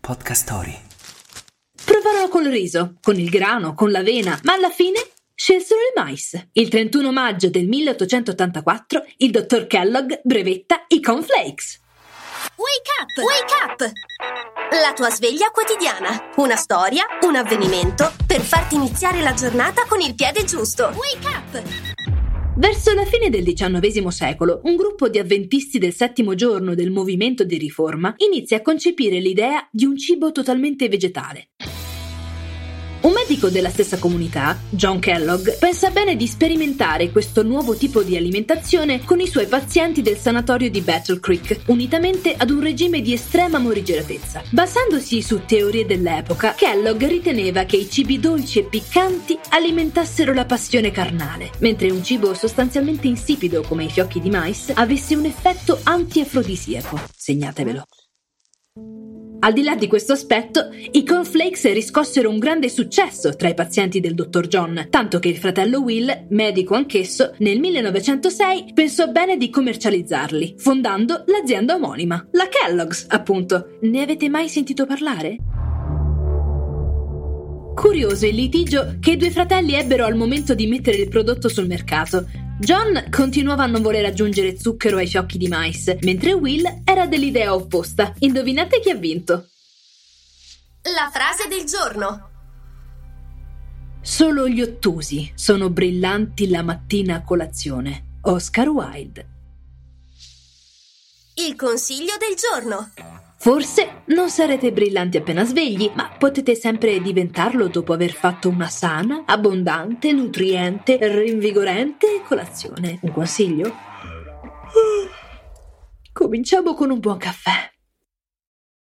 Podcast Story. Provarono col riso, con il grano, con l'avena, ma alla fine scelsero il mais. Il 31 maggio del 1884 il dottor Kellogg brevetta i cornflakes. Wake up! La tua sveglia quotidiana. Una storia, un avvenimento per farti iniziare la giornata con il piede giusto. Wake up! Verso la fine del XIX secolo, un gruppo di avventisti del settimo giorno del movimento di riforma inizia a concepire l'idea di un cibo totalmente vegetale. Un medico della stessa comunità, John Kellogg, pensa bene di sperimentare questo nuovo tipo di alimentazione con i suoi pazienti del sanatorio di Battle Creek, unitamente ad un regime di estrema morigeratezza. Basandosi su teorie dell'epoca, Kellogg riteneva che i cibi dolci e piccanti alimentassero la passione carnale, mentre un cibo sostanzialmente insipido come i fiocchi di mais avesse un effetto antiafrodisiaco. Segnatevelo. Al di là di questo aspetto, i cornflakes riscossero un grande successo tra i pazienti del dottor John, tanto che il fratello Will, medico anch'esso, nel 1906 pensò bene di commercializzarli, fondando l'azienda omonima, la Kellogg's, appunto. Ne avete mai sentito parlare? Curioso il litigio che i due fratelli ebbero al momento di mettere il prodotto sul mercato. John continuava a non voler aggiungere zucchero ai fiocchi di mais, mentre Will era dell'idea opposta. Indovinate chi ha vinto? La frase del giorno. Solo gli ottusi sono brillanti la mattina a colazione. Oscar Wilde. Il consiglio del giorno. Forse non sarete brillanti appena svegli, ma potete sempre diventarlo dopo aver fatto una sana, abbondante, nutriente, rinvigorante colazione. Un consiglio? Cominciamo con un buon caffè.